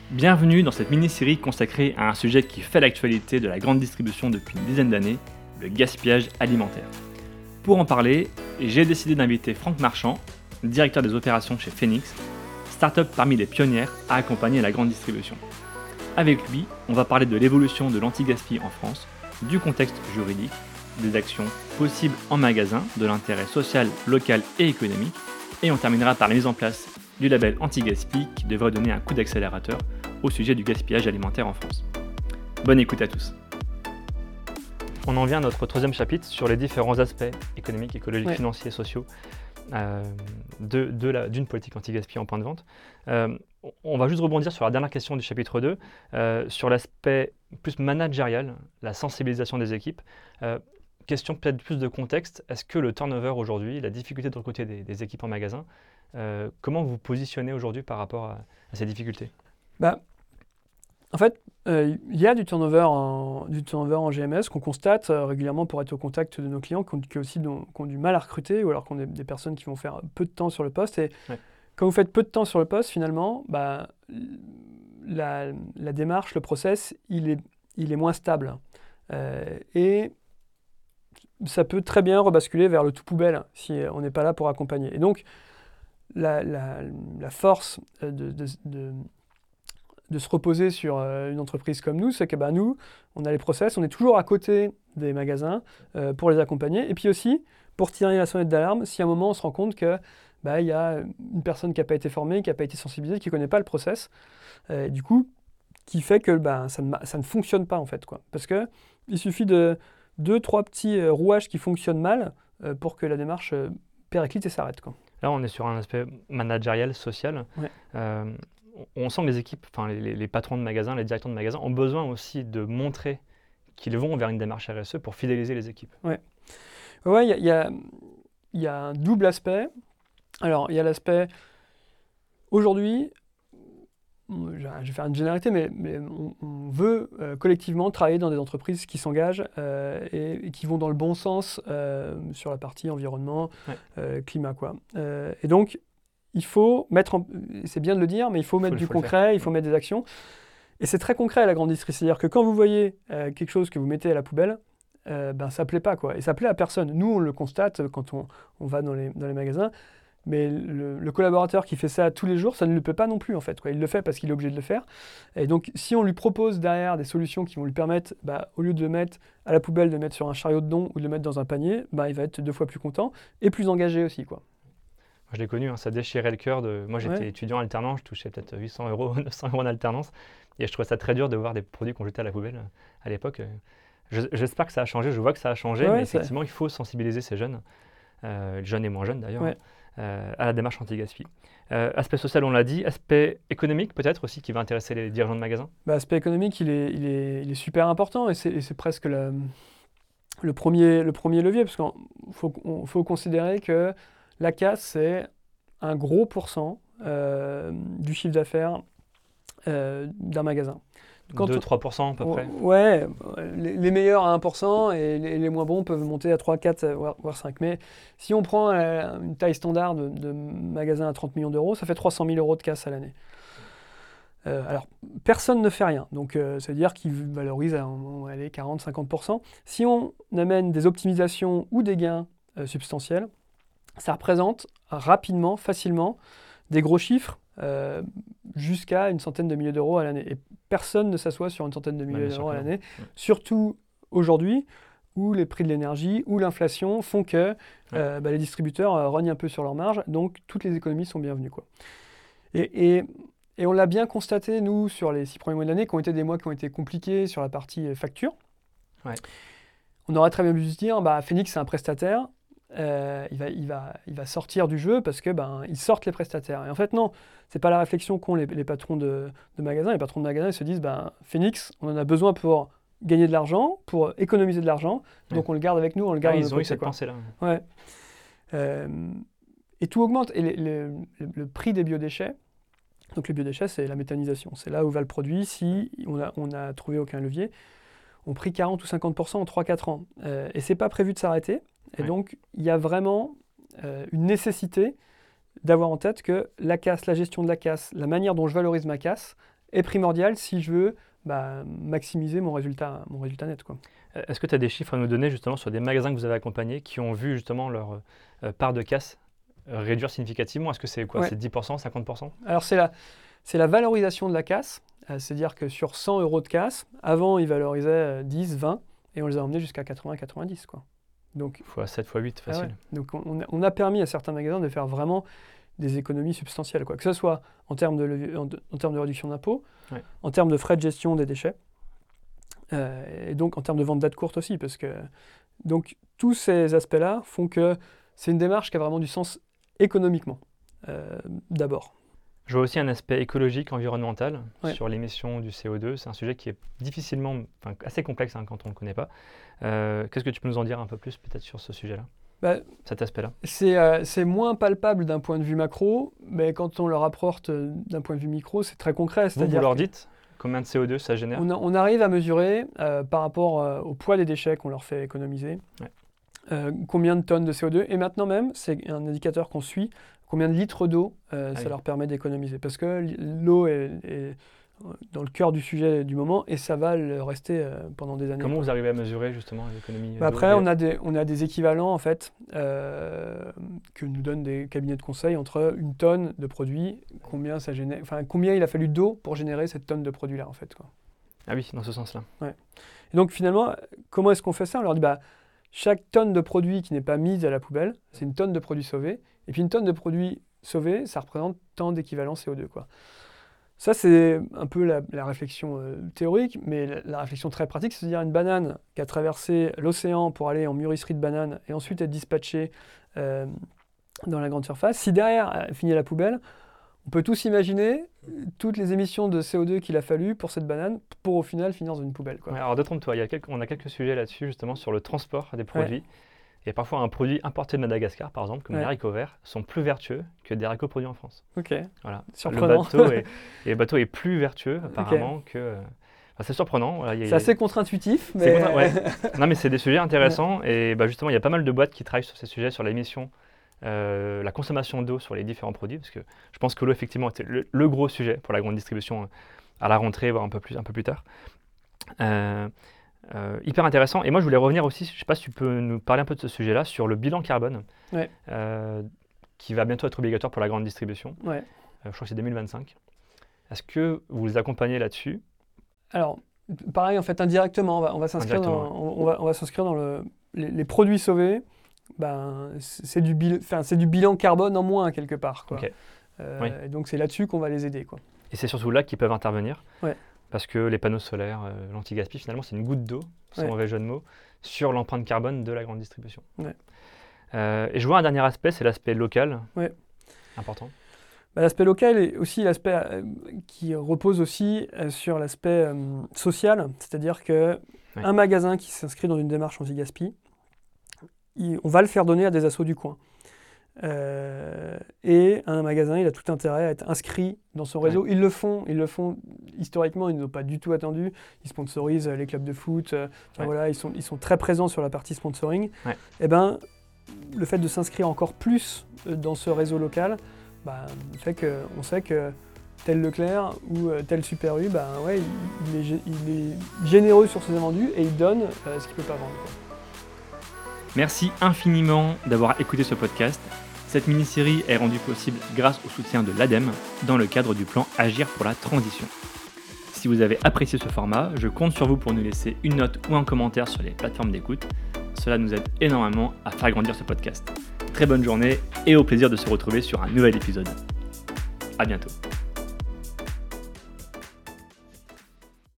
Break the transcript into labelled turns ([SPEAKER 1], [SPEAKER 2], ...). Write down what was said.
[SPEAKER 1] Bienvenue dans cette mini-série consacrée à un sujet qui fait l'actualité de la grande distribution depuis une dizaine d'années, le gaspillage alimentaire. Pour en parler, j'ai décidé d'inviter Franck Marchand, directeur des opérations chez Phoenix, start-up parmi les pionnières à accompagner la grande distribution. Avec lui, on va parler de l'évolution de l'anti-gaspi en France, du contexte juridique, des actions possibles en magasin, de l'intérêt social, local et économique, et on terminera par la mise en place du label anti-gaspi qui devrait donner un coup d'accélérateur au sujet du gaspillage alimentaire en France. Bonne écoute à tous. On en vient à notre troisième chapitre sur les différents aspects économiques, écologiques, financiers et sociaux d'une politique anti-gaspi en point de vente. On va juste rebondir sur la dernière question du chapitre 2, sur l'aspect plus managérial, la sensibilisation des équipes. Question peut-être plus de contexte, est-ce que le turnover aujourd'hui, la difficulté de recruter des équipes en magasin, comment vous vous positionnez aujourd'hui par rapport à ces difficultés ?
[SPEAKER 2] En fait, il y a du turnover en GMS qu'on constate régulièrement pour être au contact de nos clients qui ont du mal à recruter ou alors qui ont des personnes qui vont faire peu de temps sur le poste. Et quand vous faites peu de temps sur le poste, finalement, la démarche, le process, il est moins stable. Et ça peut très bien rebasculer vers le tout poubelle si on n'est pas là pour accompagner. Et donc, la force de se reposer sur une entreprise comme nous, c'est que nous, on a les process, on est toujours à côté des magasins pour les accompagner. Et puis aussi, pour tirer la sonnette d'alarme, si à un moment on se rend compte que il y a une personne qui n'a pas été formée, qui n'a pas été sensibilisée, qui ne connaît pas le process, du coup, qui fait que ça ne fonctionne pas en fait, quoi. Parce qu'il suffit de 2-3 petits rouages qui fonctionnent mal pour que la démarche périclite et s'arrête, quoi.
[SPEAKER 1] Là, on est sur un aspect managérial, social.
[SPEAKER 2] Ouais.
[SPEAKER 1] On sent que les équipes, les patrons de magasins, les directeurs de magasins ont besoin aussi de montrer qu'ils vont vers une démarche RSE pour fidéliser les équipes.
[SPEAKER 2] Ouais, il y a un double aspect. Alors, il y a l'aspect, aujourd'hui, je vais faire une généralité, mais on veut collectivement travailler dans des entreprises qui s'engagent et qui vont dans le bon sens sur la partie environnement, climat, quoi. Et donc, il faut c'est bien de le dire, mais il faut mettre du concret, il faut mettre des actions. Et c'est très concret à la grande distribution. C'est-à-dire que quand vous voyez quelque chose que vous mettez à la poubelle, ça ne plaît pas, quoi. Et ça ne plaît à personne. Nous, on le constate quand on va dans les magasins. Mais le collaborateur qui fait ça tous les jours, ça ne lui plaît pas non plus, en fait, quoi. Il le fait parce qu'il est obligé de le faire. Et donc, si on lui propose derrière des solutions qui vont lui permettre, au lieu de le mettre à la poubelle, de le mettre sur un chariot de don ou de le mettre dans un panier, il va être 2 fois plus content et plus engagé aussi, quoi.
[SPEAKER 1] Je l'ai connu, ça déchirait le cœur. Moi, j'étais étudiant alternant, je touchais peut-être 800 €, 900 € en alternance. Et je trouvais ça très dur de voir des produits qu'on jetait à la poubelle à l'époque. J'espère que ça a changé, je vois que ça a changé, mais effectivement, il faut sensibiliser ces jeunes, jeunes et moins jeunes d'ailleurs, à la démarche anti-gaspi. Aspect social, on l'a dit. Aspect économique, peut-être aussi, qui va intéresser les dirigeants de magasins.
[SPEAKER 2] Aspect économique, il est super important et c'est presque le premier levier, parce qu'il faut considérer que la casse, c'est un gros pourcent du chiffre d'affaires d'un magasin.
[SPEAKER 1] 2-3% à peu près.
[SPEAKER 2] Ouais, les meilleurs à 1% et les moins bons peuvent monter à 3, 4, voire 5. Mais si on prend une taille standard de magasin à 30 millions d'euros, ça fait 300 000 € de casse à l'année. Alors, personne ne fait rien. Donc, ça veut dire qu'ils valorisent à 40-50%. Si on amène des optimisations ou des gains substantiels, ça représente rapidement, facilement, des gros chiffres jusqu'à une centaine de milliers d'euros à l'année. Et personne ne s'assoit sur une centaine de milliers d'euros à l'année, surtout aujourd'hui, où les prix de l'énergie, où l'inflation font que les distributeurs rognent un peu sur leur marge, donc toutes les économies sont bienvenues, quoi. Et on l'a bien constaté, nous, sur les 6 premiers mois de l'année, qui ont été des mois qui ont été compliqués sur la partie facture. On aurait très bien pu se dire, Phoenix, c'est un prestataire, il va sortir du jeu parce que ils sortent les prestataires. Et en fait, non, c'est pas la réflexion qu'ont les patrons de magasins. Les patrons de magasins, ils se disent, Phoenix, on en a besoin pour gagner de l'argent, pour économiser de l'argent, donc on le garde avec nous, on le garde.
[SPEAKER 1] Ils ont eu cette pensée-là.
[SPEAKER 2] Et tout augmente. Et le prix des biodéchets, donc les biodéchets, c'est la méthanisation. C'est là où va le produit si on a trouvé aucun levier. On pris 40 ou 50% en 3-4 ans. Et c'est pas prévu de s'arrêter. Et donc, il y a vraiment une nécessité d'avoir en tête que la casse, la gestion de la casse, la manière dont je valorise ma casse est primordial si je veux maximiser mon résultat net, quoi.
[SPEAKER 1] Est-ce que tu as des chiffres à nous donner justement sur des magasins que vous avez accompagnés qui ont vu justement leur part de casse réduire significativement? Est-ce que c'est quoi?
[SPEAKER 2] Ouais.
[SPEAKER 1] C'est 10%, 50%?
[SPEAKER 2] Alors c'est la valorisation de la casse, c'est-à-dire que sur 100 € de casse, avant ils valorisaient 10, 20 et on les a emmenés jusqu'à 80, 90, quoi. Donc
[SPEAKER 1] x7, x8, facile.
[SPEAKER 2] ouais. Donc on a permis à certains magasins de faire vraiment des économies substantielles, quoi. Que ce soit en termes de réduction d'impôts,
[SPEAKER 1] Ouais.
[SPEAKER 2] en termes de frais de gestion des déchets, et donc en termes de vente date courte aussi, parce que donc tous ces aspects-là font que c'est une démarche qui a vraiment du sens économiquement, d'abord.
[SPEAKER 1] Je vois aussi un aspect écologique, environnemental
[SPEAKER 2] Ouais.
[SPEAKER 1] sur l'émission du CO2. C'est un sujet qui est assez complexe quand on ne le connaît pas. Qu'est-ce que tu peux nous en dire un peu plus peut-être sur ce sujet-là, cet aspect-là?
[SPEAKER 2] C'est moins palpable d'un point de vue macro, mais quand on le rapporte d'un point de vue micro, c'est très concret.
[SPEAKER 1] Vous leur dites combien de CO2 ça génère?
[SPEAKER 2] On arrive à mesurer par rapport au poids des déchets qu'on leur fait économiser, combien de tonnes de CO2, et maintenant même, c'est un indicateur qu'on suit, combien de litres d'eau ça leur permet d'économiser. Parce que l'eau est dans le cœur du sujet du moment et ça va le rester pendant des années.
[SPEAKER 1] Comment vous arrivez à mesurer justement l'économie d'eau?
[SPEAKER 2] Après, on a des équivalents en fait que nous donnent des cabinets de conseil entre une tonne de produit, combien ça génère, combien il a fallu d'eau pour générer cette tonne de produit là en fait, quoi.
[SPEAKER 1] Ah oui, dans ce sens-là.
[SPEAKER 2] Ouais. Et donc finalement, comment est-ce qu'on fait ça? On leur dit chaque tonne de produit qui n'est pas mise à la poubelle, c'est une tonne de produit sauvé. Et puis une tonne de produit sauvé, ça représente tant d'équivalent CO2, quoi. Ça, c'est un peu la réflexion théorique, mais la réflexion très pratique, c'est-à-dire une banane qui a traversé l'océan pour aller en mûrisserie de bananes et ensuite être dispatchée dans la grande surface. Si derrière, elle finit à la poubelle, on peut tous imaginer toutes les émissions de CO2 qu'il a fallu pour cette banane pour au final finir dans une poubelle, quoi.
[SPEAKER 1] Ouais, alors détrompe-toi, on a quelques sujets là-dessus justement sur le transport des produits. Ouais. Et parfois un produit importé de Madagascar, par exemple, comme les haricots verts, sont plus vertueux que des haricots produits en France.
[SPEAKER 2] Ok,
[SPEAKER 1] voilà.
[SPEAKER 2] surprenant.
[SPEAKER 1] Le bateau est plus vertueux apparemment que... c'est surprenant. Voilà,
[SPEAKER 2] c'est assez contre-intuitif. Mais...
[SPEAKER 1] Non mais c'est des sujets intéressants et justement il y a pas mal de boîtes qui travaillent sur ces sujets, sur l'émission, la consommation d'eau sur les différents produits, parce que je pense que l'eau effectivement était le gros sujet pour la grande distribution à la rentrée, voire un peu plus tard. Hyper intéressant. Et moi, je voulais revenir aussi, je ne sais pas si tu peux nous parler un peu de ce sujet-là, sur le bilan carbone, qui va bientôt être obligatoire pour la grande distribution.
[SPEAKER 2] Ouais.
[SPEAKER 1] Je crois que c'est 2025. Est-ce que vous les accompagnez là-dessus?
[SPEAKER 2] Alors, pareil, en fait, indirectement, on va s'inscrire dans les produits sauvés. C'est du bilan carbone en moins, quelque part, quoi.
[SPEAKER 1] Okay.
[SPEAKER 2] Et donc, c'est là-dessus qu'on va les aider, quoi.
[SPEAKER 1] Et c'est surtout là qu'ils peuvent intervenir.
[SPEAKER 2] Ouais.
[SPEAKER 1] Parce que les panneaux solaires, l'anti-gaspi, finalement, c'est une goutte d'eau, sans mauvais jeu de mots, sur l'empreinte carbone de la grande distribution.
[SPEAKER 2] Ouais.
[SPEAKER 1] Et je vois un dernier aspect, c'est l'aspect local.
[SPEAKER 2] Ouais.
[SPEAKER 1] Important.
[SPEAKER 2] L'aspect local est aussi l'aspect qui repose aussi sur l'aspect social, c'est-à-dire qu'un magasin qui s'inscrit dans une démarche anti-gaspi, on va le faire donner à des assos du coin. Et un magasin, il a tout intérêt à être inscrit dans son réseau. Ils le font historiquement, ils n'ont pas du tout attendu. Ils sponsorisent les clubs de foot. Voilà, ils sont très présents sur la partie sponsoring. Et le fait de s'inscrire encore plus dans ce réseau local, fait qu'on sait que tel Leclerc ou tel Super U, il est généreux sur ses invendus et il donne ce qu'il ne peut pas vendre, quoi.
[SPEAKER 1] Merci infiniment d'avoir écouté ce podcast. Cette mini-série est rendue possible grâce au soutien de l'ADEME dans le cadre du plan Agir pour la transition. Si vous avez apprécié ce format, je compte sur vous pour nous laisser une note ou un commentaire sur les plateformes d'écoute. Cela nous aide énormément à faire grandir ce podcast. Très bonne journée et au plaisir de se retrouver sur un nouvel épisode. À bientôt.